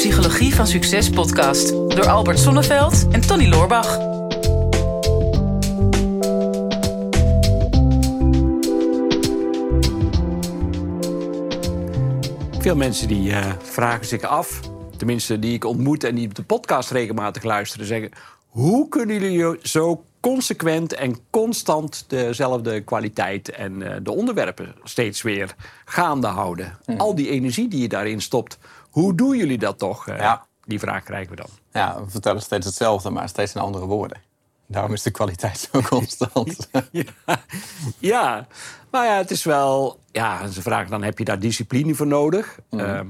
Psychologie van Succes podcast door Albert Sonneveld en Tony Loorbach. Veel mensen die vragen zich af, tenminste die ik ontmoet en die op de podcast regelmatig luisteren, zeggen: hoe kunnen jullie zo consequent en constant dezelfde kwaliteit en de onderwerpen steeds weer gaande houden? Al die energie die je daarin stopt, hoe doen jullie dat toch? Die vraag krijgen we dan. Ja, we vertellen steeds hetzelfde, maar steeds in andere woorden. Daarom is de kwaliteit zo constant. Ja, maar ja, het is wel... Ja, ze vragen dan, heb je daar discipline voor nodig?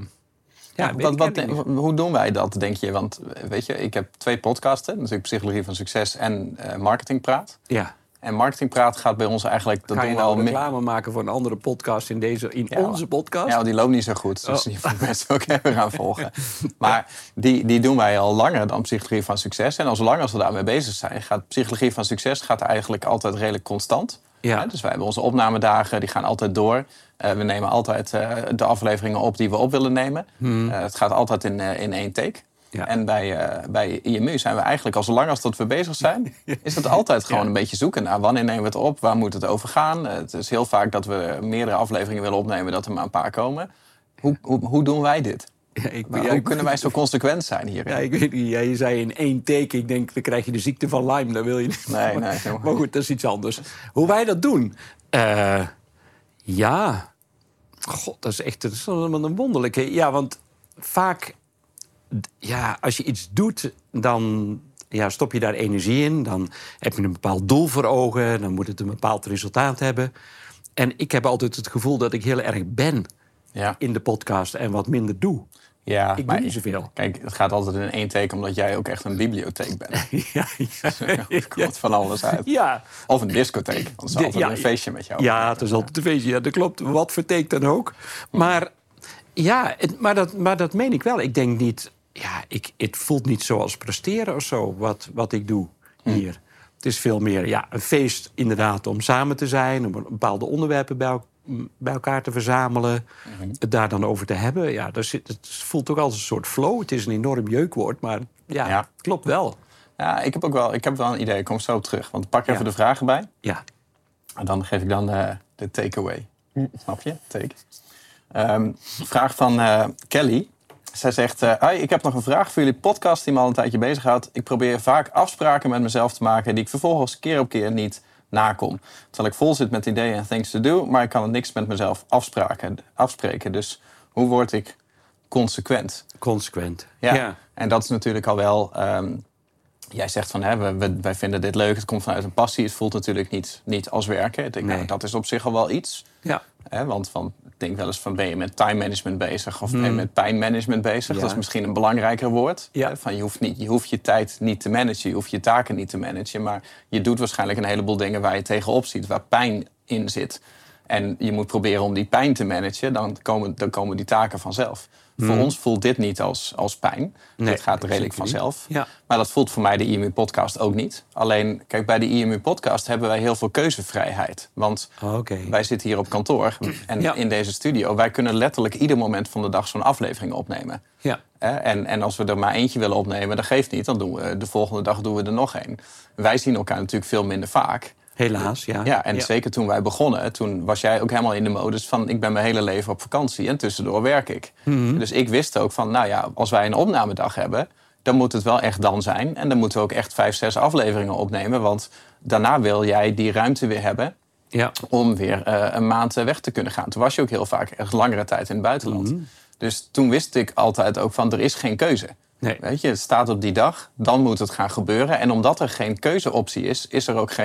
Hoe doen wij dat, denk je? Want weet je, ik heb 2 podcasten. Natuurlijk Psychologie van Succes en Marketingpraat. Ja. En Marketingpraat gaat bij ons eigenlijk... Ga je nou reclame maken voor een andere podcast in onze podcast? Ja, die loopt niet zo goed. Dus die moet mensen ook even gaan volgen. Maar die doen wij al langer dan Psychologie van Succes. En al zolang als we daarmee bezig zijn, gaat Psychologie van Succes eigenlijk altijd redelijk constant. Ja. Dus wij hebben onze opnamedagen, die gaan altijd door. We nemen altijd de afleveringen op die we op willen nemen. Het gaat altijd in 1 take. Ja. En bij IMU zijn we eigenlijk, al zolang als dat we bezig zijn, is het altijd gewoon een beetje zoeken naar wanneer nemen we het op, waar moet het over gaan. Het is heel vaak dat we meerdere afleveringen willen opnemen, dat er maar een paar komen. Hoe doen wij dit? Hoe kunnen wij zo consequent zijn hierin? Ja, ik weet niet. Je zei in 1 take, ik denk, dan krijg je de ziekte van Lyme. Dat wil je niet. Nee. Maar goed, dat is iets anders. Hoe wij dat doen? God, dat is een wonderlijke. Ja, want vaak, als je iets doet, dan stop je daar energie in. Dan heb je een bepaald doel voor ogen. Dan moet het een bepaald resultaat hebben. En ik heb altijd het gevoel dat ik heel erg ben in de podcast en wat minder doe. Ja, ik doe niet zoveel. Kijk, het gaat altijd in 1 take omdat jij ook echt een bibliotheek bent. Er komt van alles uit. Ja. Of een discotheek, want het is altijd een feestje met jou. Ja, het is altijd een feestje. Ja, dat klopt. Wat voor take dan ook. Maar maar dat meen ik wel. Ik denk niet... het voelt niet zoals presteren of zo, wat ik doe hier. Het is veel meer een feest inderdaad om samen te zijn, om bepaalde onderwerpen bij elkaar te verzamelen, het daar dan over te hebben. Ja, het voelt ook als een soort flow. Het is een enorm jeukwoord, maar het klopt wel. Ja, ik heb wel een idee. Ik kom zo op terug. Want pak even de vragen bij. Ja. En dan geef ik dan de takeaway. Snap je? Take. Vraag van Kelly. Zij zegt, ik heb nog een vraag voor jullie podcast die me al een tijdje bezighoudt. Ik probeer vaak afspraken met mezelf te maken die ik vervolgens keer op keer niet nakom. Terwijl ik vol zit met ideeën en things to do, maar ik kan het niks met mezelf afspreken. Dus hoe word ik consequent? Consequent, ja. En dat is natuurlijk al wel... jij zegt van, wij vinden dit leuk, het komt vanuit een passie. Het voelt natuurlijk niet als werken. Ik denk, dat is op zich al wel iets. Ja. Want ik denk wel eens van, ben je met time management bezig of ben je met pijnmanagement bezig? Ja. Dat is misschien een belangrijker woord. Ja. Van, je hoeft je tijd niet te managen, je hoeft je taken niet te managen. Maar je doet waarschijnlijk een heleboel dingen waar je tegenop ziet, waar pijn in zit. En je moet proberen om die pijn te managen, dan komen die taken vanzelf. Voor ons voelt dit niet als pijn. Nee, dit gaat redelijk vanzelf. Ja. Maar dat voelt voor mij de IMU-podcast ook niet. Alleen, kijk, bij de IMU-podcast hebben wij heel veel keuzevrijheid. Want wij zitten hier op kantoor en in deze studio. Wij kunnen letterlijk ieder moment van de dag zo'n aflevering opnemen. Ja. En als we er maar eentje willen opnemen, dat geeft niet. Dan doen we de volgende dag er nog één. Wij zien elkaar natuurlijk veel minder vaak. Helaas, ja. Ja, en zeker toen wij begonnen, toen was jij ook helemaal in de modus van, ik ben mijn hele leven op vakantie en tussendoor werk ik. Dus ik wist ook van, als wij een opnamedag hebben, dan moet het wel echt dan zijn. En dan moeten we ook echt 5, 6 afleveringen opnemen, want daarna wil jij die ruimte weer hebben om weer een maand weg te kunnen gaan. Toen was je ook heel vaak echt langere tijd in het buitenland. Dus toen wist ik altijd ook van, er is geen keuze. Nee. Weet je, het staat op die dag, dan moet het gaan gebeuren. En omdat er geen keuzeoptie is er ook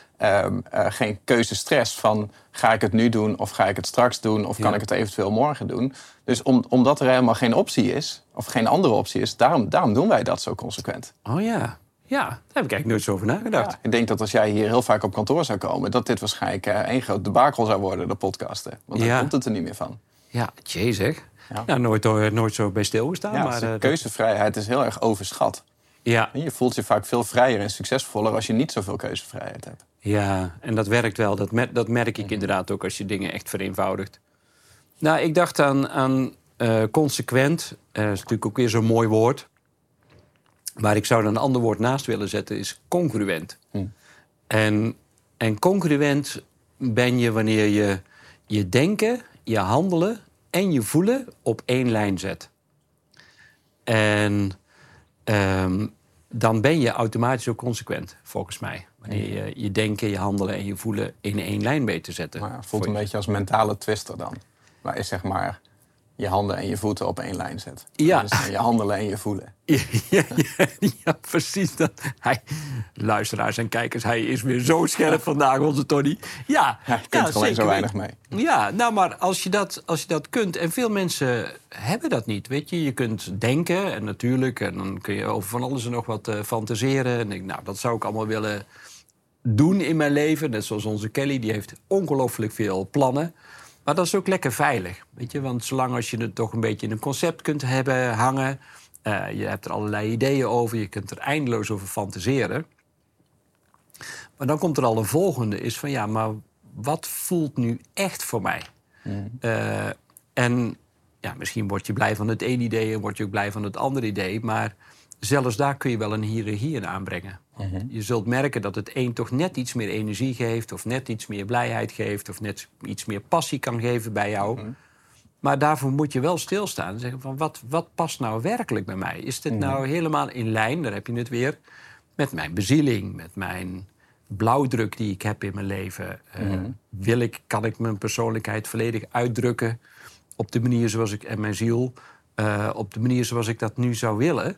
geen keuzestress van, ga ik het nu doen of ga ik het straks doen of kan ik het eventueel morgen doen. Dus omdat er helemaal geen optie is of geen andere optie is, daarom doen wij dat zo consequent. Oh ja. Ja, daar heb ik eigenlijk nooit zo over nagedacht. Ja, ik denk dat als jij hier heel vaak op kantoor zou komen, dat dit waarschijnlijk één groot debakel zou worden, de podcasten. Want dan komt het er niet meer van. Ja, zeg. Ja, nooit zo bij stilgestaan. Ja, maar keuzevrijheid is heel erg overschat. Ja. Je voelt je vaak veel vrijer en succesvoller als je niet zoveel keuzevrijheid hebt. Ja, en dat werkt wel. Dat merk ik inderdaad ook als je dingen echt vereenvoudigt. Nou, ik dacht aan consequent, is natuurlijk ook weer zo'n mooi woord. Maar ik zou er een ander woord naast willen zetten, is congruent. En congruent ben je wanneer je je denken, je handelen en je voelen op één lijn zet. En dan ben je automatisch ook consequent, volgens mij. Wanneer je je denken, je handelen en je voelen in één lijn weet te zetten. Maar het voelt een beetje als mentale twister dan. Waar je zeg maar je handen en je voeten op één lijn zet. Ja. Dus je handelen en je voelen. Ja, precies. Luisteraars en kijkers, hij is weer zo scherp vandaag, onze Tony. Ja, je kunt er alleen zo weinig mee. Ja, nou, maar als je dat kunt... En veel mensen hebben dat niet, weet je. Je kunt denken, en natuurlijk... en dan kun je over van alles en nog wat fantaseren. En denk, nou, dat zou ik allemaal willen doen in mijn leven. Net zoals onze Kelly, die heeft ongelooflijk veel plannen. Maar dat is ook lekker veilig, weet je. Want zolang als je het toch een beetje in een concept kunt hebben hangen... je hebt er allerlei ideeën over, je kunt er eindeloos over fantaseren. Maar dan komt er al een volgende, is van ja, maar wat voelt nu echt voor mij? En ja, misschien word je blij van het ene idee en word je ook blij van het andere idee. Maar zelfs daar kun je wel een hiërarchie in aanbrengen. Je zult merken dat het een toch net iets meer energie geeft... of net iets meer blijheid geeft... of net iets meer passie kan geven bij jou. Maar daarvoor moet je wel stilstaan en zeggen van wat past nou werkelijk bij mij? Is dit nou helemaal in lijn, daar heb je het weer... met mijn bezieling, met mijn blauwdruk die ik heb in mijn leven? Kan ik mijn persoonlijkheid volledig uitdrukken... op de manier zoals ik, en mijn ziel... op de manier zoals ik dat nu zou willen...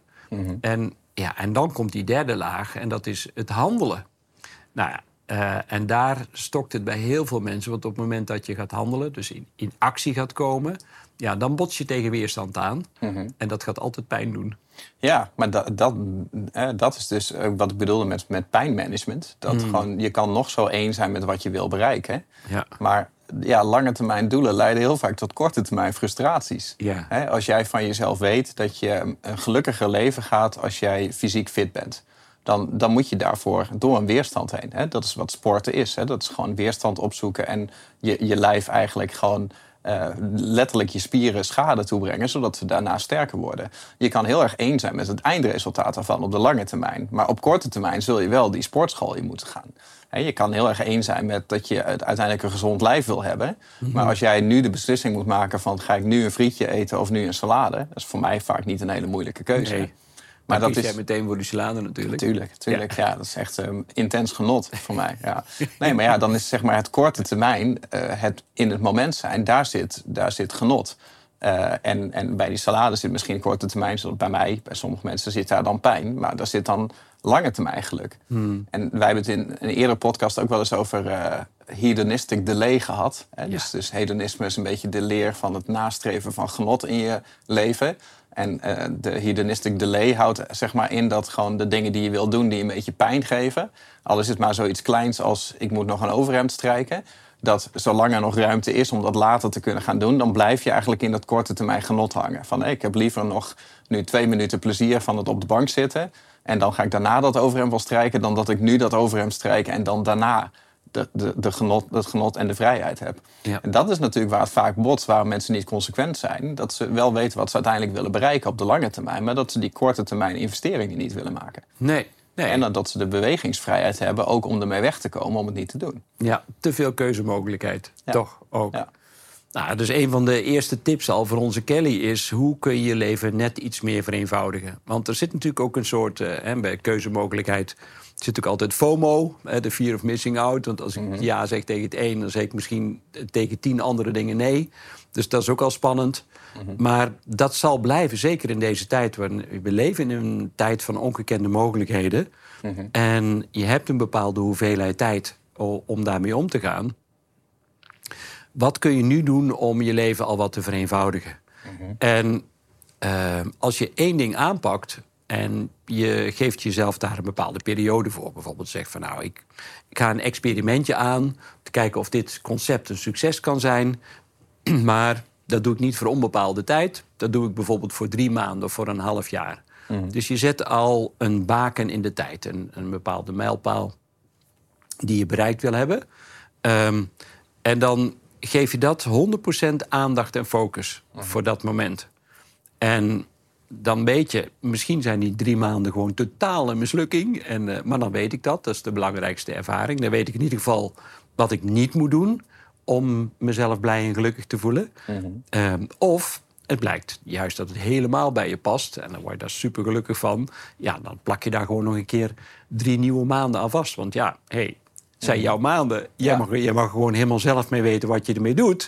En dan komt die derde laag en dat is het handelen. Nou ja, en daar stokt het bij heel veel mensen. Want op het moment dat je gaat handelen, dus in actie gaat komen... ja, dan bots je tegen weerstand aan. En dat gaat altijd pijn doen. Ja, maar dat is dus wat ik bedoelde met pijnmanagement. Dat gewoon, je kan nog zo één zijn met wat je wil bereiken. Ja. Maar ja, lange termijn doelen leiden heel vaak tot korte termijn frustraties. Ja. Als jij van jezelf weet dat je een gelukkiger leven gaat als jij fysiek fit bent... Dan moet je daarvoor door een weerstand heen. Dat is wat sporten is. Dat is gewoon weerstand opzoeken en je lijf eigenlijk gewoon... letterlijk je spieren schade toebrengen... zodat ze daarna sterker worden. Je kan heel erg één zijn met het eindresultaat daarvan op de lange termijn. Maar op korte termijn zul je wel die sportschool in moeten gaan. Je kan heel erg één zijn met dat je uiteindelijk een gezond lijf wil hebben. Maar als jij nu de beslissing moet maken van... ga ik nu een frietje eten of nu een salade... dat is voor mij vaak niet een hele moeilijke keuze. Nee. Maar dat dat is jij meteen voor die salade natuurlijk. Tuurlijk. Ja, dat is echt intens genot voor mij. Ja. Nee, maar ja, dan is zeg maar het korte termijn, het in het moment zijn, daar zit genot. En bij die salade zit misschien korte termijn, zoals bij mij, bij sommige mensen zit daar dan pijn. Maar daar zit dan lange termijn geluk. En wij hebben het in een eerdere podcast ook wel eens over hedonistic delay gehad. Dus hedonisme is een beetje de leer van het nastreven van genot in je leven. En de hedonistic delay houdt zeg maar in dat gewoon de dingen die je wil doen... die een beetje pijn geven. Al is het maar zoiets kleins als ik moet nog een overhemd strijken... dat zolang er nog ruimte is om dat later te kunnen gaan doen... dan blijf je eigenlijk in dat korte termijn genot hangen. Van ik heb liever nog nu 2 minuten plezier van het op de bank zitten... en dan ga ik daarna dat overhemd wel strijken... dan dat ik nu dat overhemd strijk en dan daarna... het genot en de vrijheid heb. Ja. En dat is natuurlijk waar het vaak botst, waar mensen niet consequent zijn. Dat ze wel weten wat ze uiteindelijk willen bereiken op de lange termijn... maar dat ze die korte termijn investeringen niet willen maken. Nee. En dat ze de bewegingsvrijheid hebben, ook om ermee weg te komen, om het niet te doen. Ja, te veel keuzemogelijkheid, toch ook. Ja. Nou, dus een van de eerste tips al voor onze Kelly is... hoe kun je je leven net iets meer vereenvoudigen? Want er zit natuurlijk ook een soort, bij keuzemogelijkheid... zit ook altijd FOMO, de fear of missing out. Want als ik ja zeg tegen het een, dan zeg ik misschien tegen 10 andere dingen nee. Dus dat is ook al spannend. Maar dat zal blijven, zeker in deze tijd. We leven in een tijd van ongekende mogelijkheden. En je hebt een bepaalde hoeveelheid tijd om daarmee om te gaan. Wat kun je nu doen om je leven al wat te vereenvoudigen? En als je 1 ding aanpakt... en je geeft jezelf daar een bepaalde periode voor. Bijvoorbeeld zeg van nou, ik ga een experimentje aan... om te kijken of dit concept een succes kan zijn. Maar dat doe ik niet voor onbepaalde tijd. Dat doe ik bijvoorbeeld voor 3 maanden of voor een half jaar. Dus je zet al een baken in de tijd. Een bepaalde mijlpaal die je bereikt wil hebben. En dan geef je dat 100% aandacht en focus voor dat moment. En dan weet je, misschien zijn die 3 maanden gewoon totaal een mislukking. Maar dan weet ik dat. Dat is de belangrijkste ervaring. Dan weet ik in ieder geval wat ik niet moet doen om mezelf blij en gelukkig te voelen. Of het blijkt juist dat het helemaal bij je past. En dan word je daar super gelukkig van. Ja, dan plak je daar gewoon nog een keer 3 nieuwe maanden aan vast. Want ja, het zijn jouw maanden. Jij mag gewoon helemaal zelf mee weten wat je ermee doet.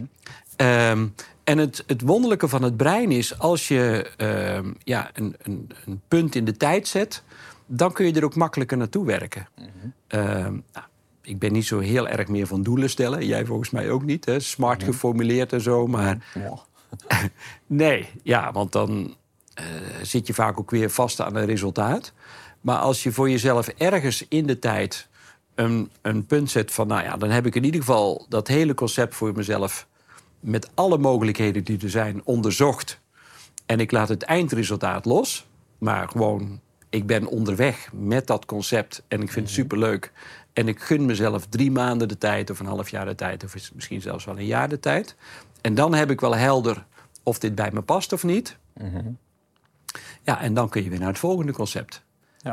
En het wonderlijke van het brein is, als je een punt in de tijd zet, dan kun je er ook makkelijker naartoe werken. Ik ben niet zo heel erg meer van doelen stellen. Jij volgens mij ook niet, hè? Smart geformuleerd en zo, maar nee, want dan zit je vaak ook weer vast aan een resultaat. Maar als je voor jezelf ergens in de tijd een punt zet van, dan heb ik in ieder geval dat hele concept voor mezelf met alle mogelijkheden die er zijn onderzocht. En ik laat het eindresultaat los. Maar gewoon, ik ben onderweg met dat concept. En ik vind het superleuk. En ik gun mezelf 3 maanden de tijd, of een half jaar de tijd, of misschien zelfs wel een jaar de tijd. En dan heb ik wel helder of dit bij me past of niet. Ja, en dan kun je weer naar het volgende concept.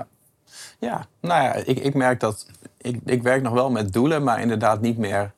Ik merk dat ik werk nog wel met doelen, maar inderdaad niet meer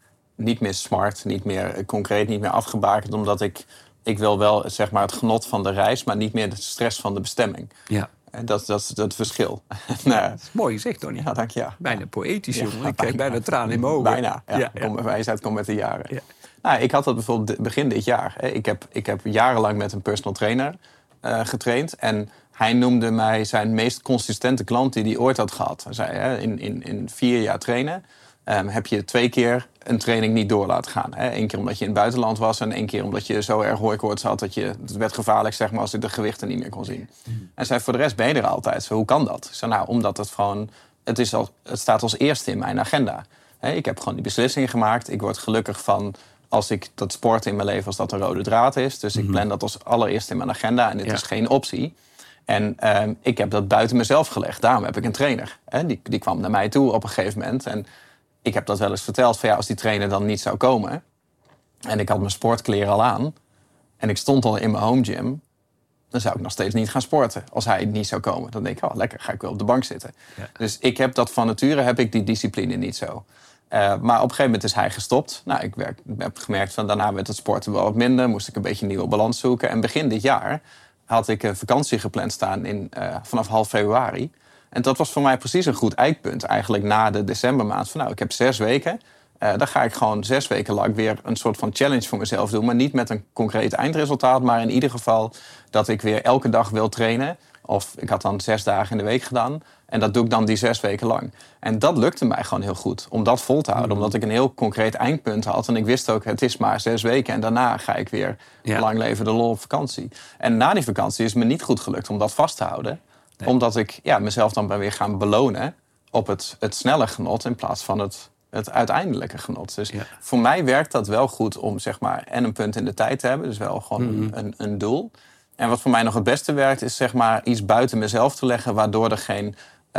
smart, niet meer concreet, niet meer afgebakend. Omdat ik wil wel zeg maar het genot van de reis, maar niet meer de stress van de bestemming. Ja. En dat is het verschil. Dat is mooi gezegd, Donnie. Ja, dank je. Bijna poëtisch, jongen. Ik krijg bijna tranen in mijn ogen. Bijna, wijsheid komt met de jaren. Ja. Ik had dat bijvoorbeeld begin dit jaar. Ik heb jarenlang met een personal trainer getraind. En hij noemde mij zijn meest consistente klant die hij ooit had gehad. Hij zei, in 4 jaar trainen heb je 2 keer een training niet door laten gaan. 1 keer omdat je in het buitenland was en 1 keer omdat je zo erg hooikoorts had dat het werd gevaarlijk, zeg maar, als je de gewichten niet meer kon zien. En zei, voor de rest ben je er altijd. Hoe kan dat? Ik zei, omdat het gewoon, het staat als eerste in mijn agenda. Ik heb gewoon die beslissing gemaakt. Ik word gelukkig van als ik dat sport in mijn leven, als dat een rode draad is. Dus ik plan dat als allereerste in mijn agenda en dit is geen optie. En ik heb dat buiten mezelf gelegd. Daarom heb ik een trainer. Die kwam naar mij toe op een gegeven moment. En ik heb dat wel eens verteld van als die trainer dan niet zou komen. En ik had mijn sportkleren al aan. En ik stond al in mijn home gym. Dan zou ik nog steeds niet gaan sporten. Als hij niet zou komen. Dan denk ik, lekker, ga ik wel op de bank zitten. Ja. Dus ik heb dat van nature, heb ik die discipline niet zo. Maar op een gegeven moment is hij gestopt. Ik heb gemerkt van daarna werd het sporten wel wat minder. Moest ik een beetje een nieuwe balans zoeken. En begin dit jaar had ik een vakantie gepland staan vanaf half februari. En dat was voor mij precies een goed eikpunt. Eigenlijk na de decembermaand. Van ik heb 6 weken. Dan ga ik gewoon 6 weken lang weer een soort van challenge voor mezelf doen. Maar niet met een concreet eindresultaat. Maar in ieder geval dat ik weer elke dag wil trainen. Of ik had dan 6 dagen in de week gedaan. En dat doe ik dan die 6 weken lang. En dat lukte mij gewoon heel goed. Om dat vol te houden. Omdat ik een heel concreet eindpunt had. En ik wist ook, het is maar 6 weken. En daarna ga ik weer lang leven de lol op vakantie. En na die vakantie is het me niet goed gelukt om dat vast te houden. Nee. Omdat ik mezelf dan ben weer gaan belonen op het snelle genot in plaats van het uiteindelijke genot. Dus voor mij werkt dat wel goed om zeg maar en een punt in de tijd te hebben. Dus wel gewoon een doel. En wat voor mij nog het beste werkt is zeg maar iets buiten mezelf te leggen waardoor er geen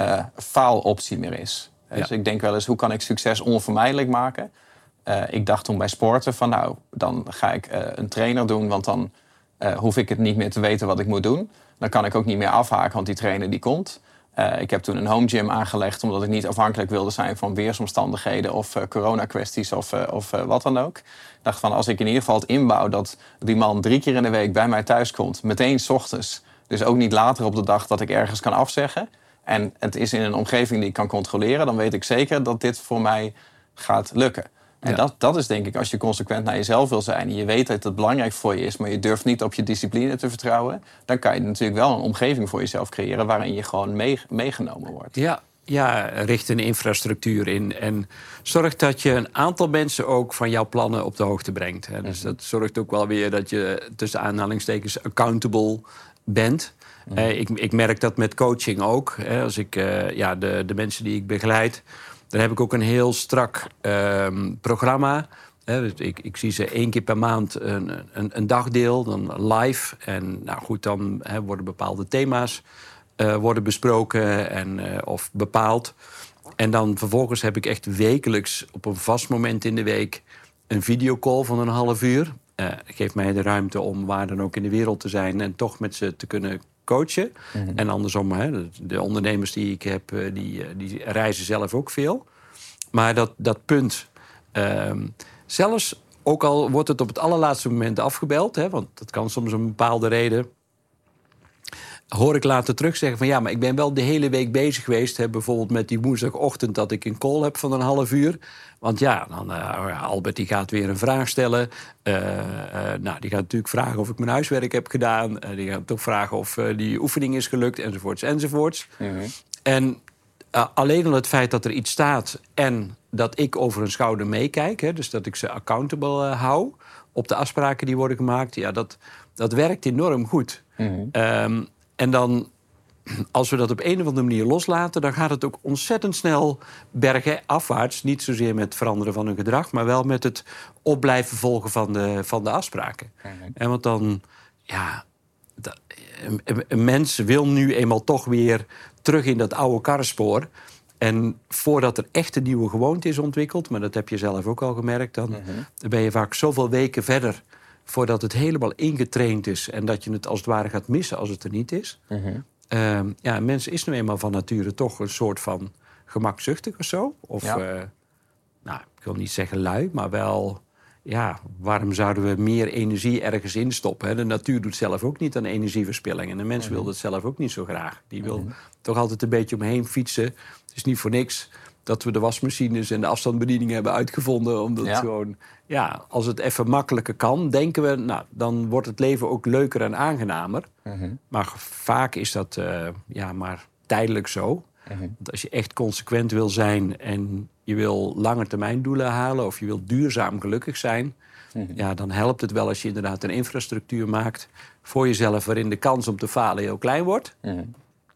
faaloptie meer is. Ja. Dus ik denk wel eens, hoe kan ik succes onvermijdelijk maken? Ik dacht toen bij sporten van dan ga ik een trainer doen, want dan hoef ik het niet meer te weten wat ik moet doen. Dan kan ik ook niet meer afhaken, want die trainer die komt. Ik heb toen een home gym aangelegd, omdat ik niet afhankelijk wilde zijn van weersomstandigheden of coronakwesties of wat dan ook. Ik dacht van, als ik in ieder geval het inbouw dat die man 3 keer in de week bij mij thuis komt, meteen 's ochtends. Dus ook niet later op de dag dat ik ergens kan afzeggen. En het is in een omgeving die ik kan controleren, dan weet ik zeker dat dit voor mij gaat lukken. En dat is denk ik, als je consequent naar jezelf wil zijn en je weet dat het belangrijk voor je is, maar je durft niet op je discipline te vertrouwen, dan kan je natuurlijk wel een omgeving voor jezelf creëren waarin je gewoon meegenomen wordt. Ja, richt een infrastructuur in en zorg dat je een aantal mensen ook van jouw plannen op de hoogte brengt. Hè. Dus dat zorgt ook wel weer dat je tussen aanhalingstekens accountable bent. Ik merk dat met coaching ook. Hè. Als ik de mensen die ik begeleid, dan heb ik ook een heel strak programma. Dus ik zie ze 1 keer per maand een dagdeel, dan live. En dan worden bepaalde thema's worden besproken of bepaald. En dan vervolgens heb ik echt wekelijks op een vast moment in de week een videocall van een half uur. Geeft mij de ruimte om waar dan ook in de wereld te zijn en toch met ze te kunnen coachen. Mm-hmm. En andersom, de ondernemers die ik heb, die reizen zelf ook veel. Maar dat punt, zelfs ook al wordt het op het allerlaatste moment afgebeld, want dat kan soms een bepaalde reden, hoor ik later terug zeggen van ja, maar ik ben wel de hele week bezig geweest. Bijvoorbeeld met die woensdagochtend dat ik een call heb van een half uur. Want ja, dan, Albert die gaat weer een vraag stellen. Die gaat natuurlijk vragen of ik mijn huiswerk heb gedaan. Die gaat toch vragen of die oefening is gelukt, enzovoorts, enzovoorts. Mm-hmm. En alleen al het feit dat er iets staat en dat ik over hun schouder meekijk, dus dat ik ze accountable hou op de afspraken die worden gemaakt, ja, dat werkt enorm goed. Mm-hmm. En dan, als we dat op een of andere manier loslaten, dan gaat het ook ontzettend snel bergafwaarts. Niet zozeer met het veranderen van hun gedrag, maar wel met het op blijven volgen van de afspraken. Mm-hmm. En want dan, ja, een mens wil nu eenmaal toch weer terug in dat oude karrenspoor. En voordat er echt een nieuwe gewoonte is ontwikkeld, maar dat heb je zelf ook al gemerkt, dan ben je vaak zoveel weken verder voordat het helemaal ingetraind is en dat je het als het ware gaat missen als het er niet is. Mm-hmm. Een mens is nu eenmaal van nature toch een soort van gemakzuchtig of zo. Of, ik wil niet zeggen lui, maar wel, ja, waarom zouden we meer energie ergens instoppen? Hè? De natuur doet zelf ook niet aan energieverspilling en de mens wil dat zelf ook niet zo graag. Die wil toch altijd een beetje omheen fietsen. Het is niet voor niks dat we de wasmachines en de afstandsbediening hebben uitgevonden. Omdat gewoon, ja, als het even makkelijker kan, denken we, nou, dan wordt het leven ook leuker en aangenamer. Mm-hmm. Maar vaak is dat maar tijdelijk zo. Mm-hmm. Want als je echt consequent wil zijn en je wil langetermijndoelen halen of je wil duurzaam gelukkig zijn, ja, dan helpt het wel als je inderdaad een infrastructuur maakt voor jezelf waarin de kans om te falen heel klein wordt. Mm-hmm.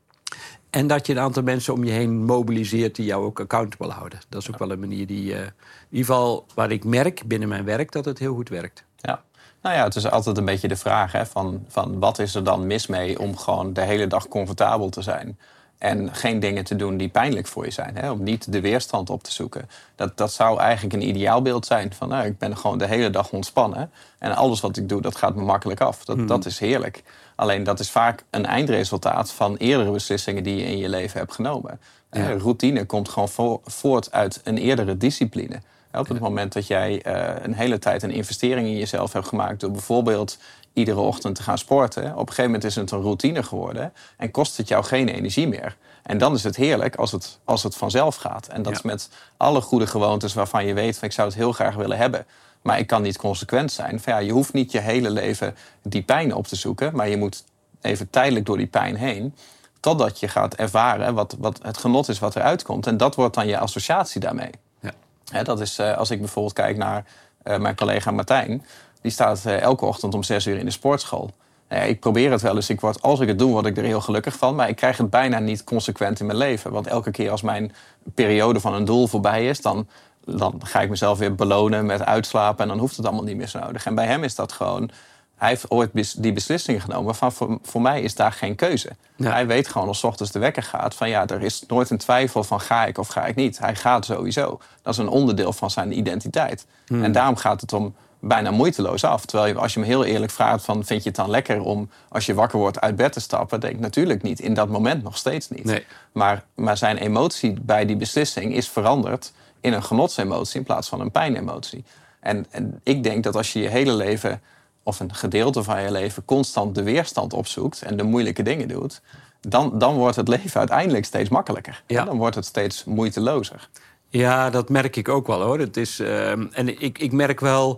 En dat je een aantal mensen om je heen mobiliseert die jou ook accountable houden. Dat is ook wel een manier die, in ieder geval waar ik merk binnen mijn werk, dat het heel goed werkt. Ja. Nou ja, het is altijd een beetje de vraag van wat is er dan mis mee om gewoon de hele dag comfortabel te zijn. En geen dingen te doen die pijnlijk voor je zijn. Om niet de weerstand op te zoeken. Dat zou eigenlijk een ideaalbeeld zijn. Van ik ben gewoon de hele dag ontspannen. En alles wat ik doe, dat gaat me makkelijk af. Dat is heerlijk. Alleen dat is vaak een eindresultaat van eerdere beslissingen die je in je leven hebt genomen. Ja. Routine komt gewoon voort uit een eerdere discipline. Op het moment dat jij een hele tijd een investering in jezelf hebt gemaakt door bijvoorbeeld iedere ochtend te gaan sporten. Op een gegeven moment is het een routine geworden en kost het jou geen energie meer. En dan is het heerlijk als het vanzelf gaat. En dat is met alle goede gewoontes waarvan je weet van ik zou het heel graag willen hebben. Maar ik kan niet consequent zijn. Je hoeft niet je hele leven die pijn op te zoeken, maar je moet even tijdelijk door die pijn heen, totdat je gaat ervaren wat het genot is wat eruit komt. En dat wordt dan je associatie daarmee. Ja. Dat is, als ik bijvoorbeeld kijk naar mijn collega Martijn, die staat elke ochtend om 6 uur in de sportschool. Ik probeer het wel eens. Als ik het doe, word ik er heel gelukkig van. Maar ik krijg het bijna niet consequent in mijn leven. Want elke keer als mijn periode van een doel voorbij is, dan ga ik mezelf weer belonen met uitslapen. En dan hoeft het allemaal niet meer zo nodig. En bij hem is dat gewoon, hij heeft ooit die beslissing genomen van voor mij is daar geen keuze. Ja. Hij weet gewoon als 's ochtends de wekker gaat van er is nooit een twijfel van ga ik of ga ik niet. Hij gaat sowieso. Dat is een onderdeel van zijn identiteit. En daarom gaat het om bijna moeiteloos af. Terwijl als je me heel eerlijk vraagt van vind je het dan lekker om als je wakker wordt uit bed te stappen, denk ik natuurlijk niet. In dat moment nog steeds niet. Nee. Maar zijn emotie bij die beslissing is veranderd in een genotsemotie in plaats van een pijnemotie. En ik denk dat als je je hele leven of een gedeelte van je leven constant de weerstand opzoekt en de moeilijke dingen doet, dan wordt het leven uiteindelijk steeds makkelijker. Ja. En dan wordt het steeds moeitelozer. Ja, dat merk ik ook wel hoor. Het is, en ik merk wel,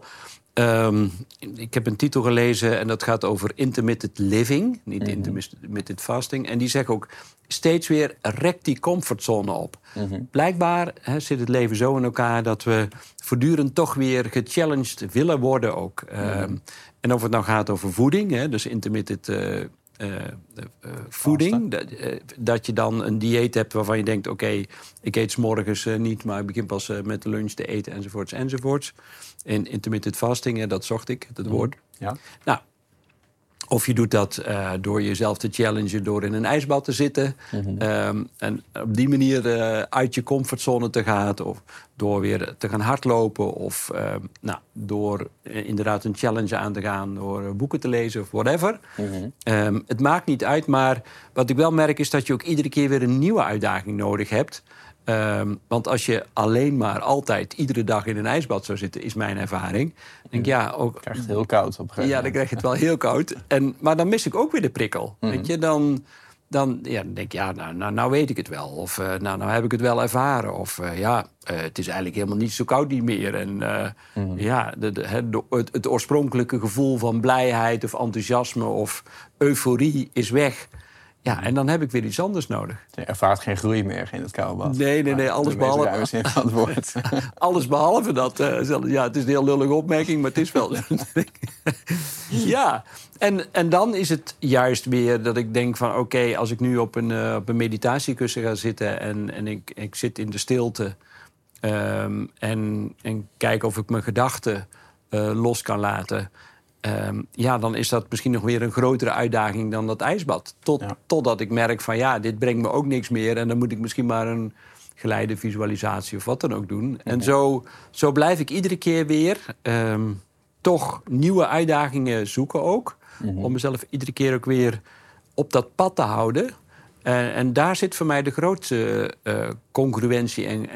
ik heb een titel gelezen en dat gaat over intermittent living, niet intermittent fasting. En die zegt ook steeds weer rek die comfortzone op. Blijkbaar zit het leven zo in elkaar dat we voortdurend toch weer gechallenged willen worden ook. En of het nou gaat over voeding, dus intermittent voeding. Dat je dan een dieet hebt waarvan je denkt, oké, ik eet 's morgens niet, maar ik begin pas met de lunch te eten, enzovoorts, enzovoorts. En intermittent fasting, dat zocht ik, dat woord. Ja. Nou, Of je doet dat door jezelf te challengen door in een ijsbad te zitten. En op die manier uit je comfortzone te gaan. Of door weer te gaan hardlopen. Of door inderdaad een challenge aan te gaan. Door boeken te lezen of whatever. Het maakt niet uit. Maar wat ik wel merk is dat je ook iedere keer weer een nieuwe uitdaging nodig hebt. Want als je alleen maar altijd iedere dag in een ijsbad zou zitten, is mijn ervaring. Denk ook krijg je het heel koud op een gegeven moment. Ja, dan krijg je het wel heel koud. Maar dan mis ik ook weer de prikkel. Weet je, dan denk je, nou weet ik het wel. Of nou heb ik het wel ervaren. Of het is eigenlijk helemaal niet zo koud niet meer. En het oorspronkelijke gevoel van blijheid of enthousiasme of euforie is weg. Ja, en dan heb ik weer iets anders nodig. Je ervaart geen groei meer in het koude bad. Nee, alles behalve. Alles behalve dat. Het is een heel lullige opmerking, maar het is wel. Ja, en dan is het juist weer dat ik denk van oké, als ik nu op een meditatiekussen ga zitten en ik zit in de stilte en kijk of ik mijn gedachten los kan laten. Dan is dat misschien nog weer een grotere uitdaging dan dat ijsbad. Totdat ik merk van dit brengt me ook niks meer. En dan moet ik misschien maar een geleide visualisatie of wat dan ook doen. En zo blijf ik iedere keer weer toch nieuwe uitdagingen zoeken ook. Om mezelf iedere keer ook weer op dat pad te houden. En daar zit voor mij de grootste congruentie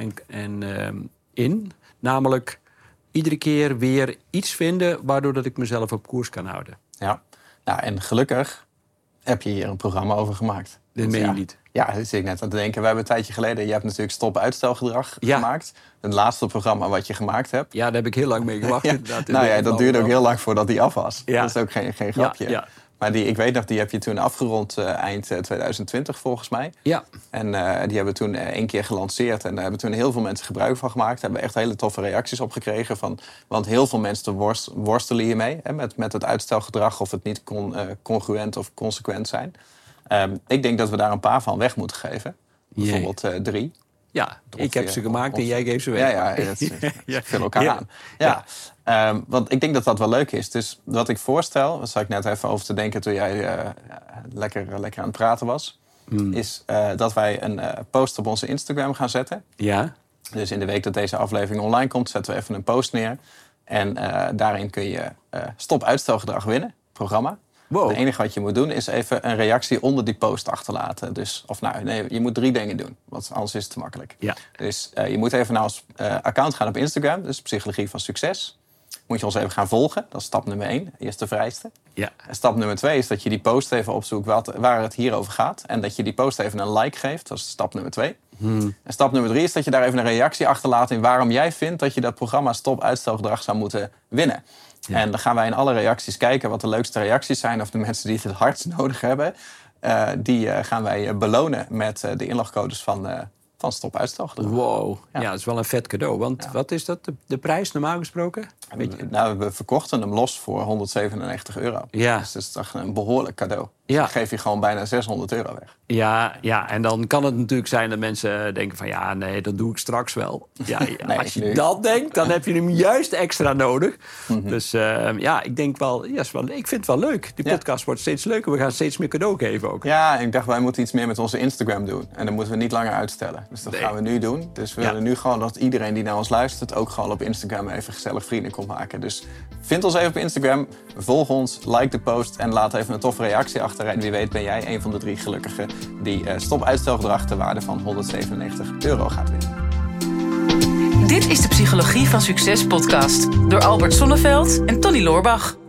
in. Namelijk iedere keer weer iets vinden waardoor dat ik mezelf op koers kan houden. Ja, en gelukkig heb je hier een programma over gemaakt. Dat meen je niet. Ja, dat zit ik net aan te denken. We hebben een tijdje geleden, je hebt natuurlijk stop-uitstelgedrag gemaakt. Het laatste programma wat je dat hebt. Ja, daar heb ik heel lang mee gewacht. Dat duurde ook heel lang voordat die af was. Ja. Dat is ook geen grapje. Ja. Maar ik weet nog, die heb je toen afgerond eind 2020 volgens mij. Ja. En die hebben we toen 1 keer gelanceerd. En daar hebben toen heel veel mensen gebruik van gemaakt. Daar hebben we echt hele toffe reacties op gekregen. Want heel veel mensen worstelen hiermee. Hè, met het uitstelgedrag of het niet congruent of consequent zijn. Ik denk dat we daar een paar van weg moeten geven. Bijvoorbeeld 3. Ja, ik heb ze gemaakt en jij geeft ze weg. Ja, vullen elkaar aan. Ja. Want ik denk dat dat wel leuk is. Dus wat ik voorstel, daar zat ik net even over te denken toen jij lekker aan het praten was, is dat wij een post op onze Instagram gaan zetten. Ja. Dus in de week dat deze aflevering online komt, zetten we even een post neer. En daarin kun je Stop Uitstelgedrag winnen, programma. Wow. Het enige wat je moet doen is even een reactie onder die post achterlaten. Dus, je moet 3 dingen doen, want anders is het te makkelijk. Ja. Dus je moet even naar ons account gaan op Instagram, dus Psychologie van Succes. Moet je ons even gaan volgen, dat is stap nummer 1, eerste vereiste. Ja. En stap nummer 2 is dat je die post even opzoekt waar het hier over gaat. En dat je die post even een like geeft, dat is stap nummer 2. En stap nummer 3 is dat je daar even een reactie achterlaat in waarom jij vindt dat je dat programma Stop Uitstelgedrag zou moeten winnen. Ja. En dan gaan wij in alle reacties kijken wat de leukste reacties zijn. Of de mensen die het hardst nodig hebben. Die gaan wij belonen met de inlogcodes van Stop Uitstelgedrag. Wow, ja, dat is wel een vet cadeau. Want wat is dat, de prijs normaal gesproken? We verkochten hem los voor €197. Ja. Dus dat is toch een behoorlijk cadeau. Dus dan geef je gewoon bijna €600 weg. Ja, en dan kan het natuurlijk zijn dat mensen denken van nee, dat doe ik straks wel. Nee, als je dat denkt, dan heb je hem juist extra nodig. Dus ik denk wel, ik vind het wel leuk. Die podcast wordt steeds leuker. We gaan steeds meer cadeau geven ook. Ja, en ik dacht, wij moeten iets meer met onze Instagram doen. En dan moeten we niet langer uitstellen. Dus dat gaan we nu doen. Dus we willen nu gewoon dat iedereen die naar ons luistert ook gewoon op Instagram even gezellig vrienden komt maken. Dus vind ons even op Instagram, volg ons, like de post en laat even een toffe reactie achter. En wie weet ben jij een van de 3 gelukkigen die Stop Uitstelgedrag ter waarde van €197 gaat winnen. Dit is de Psychologie van Succes podcast door Albert Sonneveld en Tony Loorbach.